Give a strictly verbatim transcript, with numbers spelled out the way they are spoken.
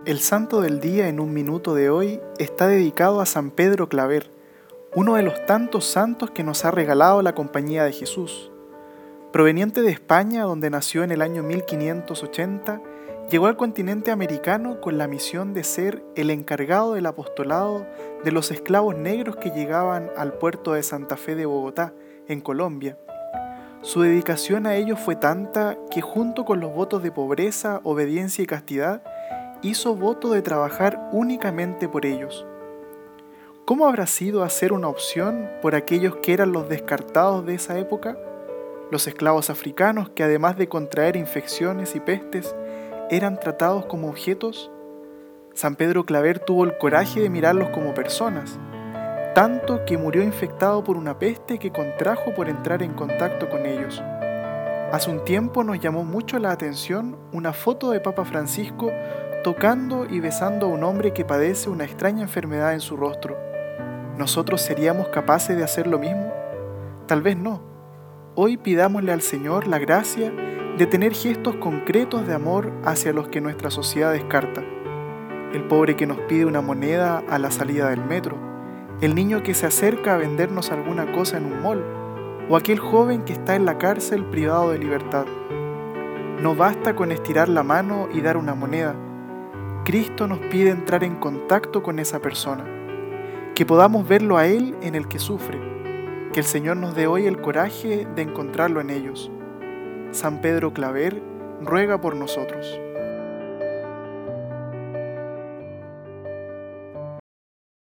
El santo del día en un minuto de hoy está dedicado a San Pedro Claver, uno de los tantos santos que nos ha regalado la compañía de Jesús. Proveniente de España, donde nació en el año mil quinientos ochenta, llegó al continente americano con la misión de ser el encargado del apostolado de los esclavos negros que llegaban al puerto de Santa Fe de Bogotá, en Colombia. Su dedicación a ellos fue tanta que, junto con los votos de pobreza, obediencia y castidad, hizo voto de trabajar únicamente por ellos. ¿Cómo habrá sido hacer una opción por aquellos que eran los descartados de esa época? Los esclavos africanos que, además de contraer infecciones y pestes, eran tratados como objetos. San Pedro Claver tuvo el coraje de mirarlos como personas, tanto que murió infectado por una peste que contrajo por entrar en contacto con ellos. Hace un tiempo nos llamó mucho la atención una foto de Papa Francisco tocando y besando a un hombre que padece una extraña enfermedad en su rostro. ¿Nosotros seríamos capaces de hacer lo mismo? Tal vez no. Hoy pidámosle al Señor la gracia de tener gestos concretos de amor hacia los que nuestra sociedad descarta. El pobre que nos pide una moneda a la salida del metro, el niño que se acerca a vendernos alguna cosa en un mall, o aquel joven que está en la cárcel privado de libertad. No basta con estirar la mano y dar una moneda. Cristo nos pide entrar en contacto con esa persona, que podamos verlo a Él en el que sufre, que el Señor nos dé hoy el coraje de encontrarlo en ellos. San Pedro Claver ruega por nosotros.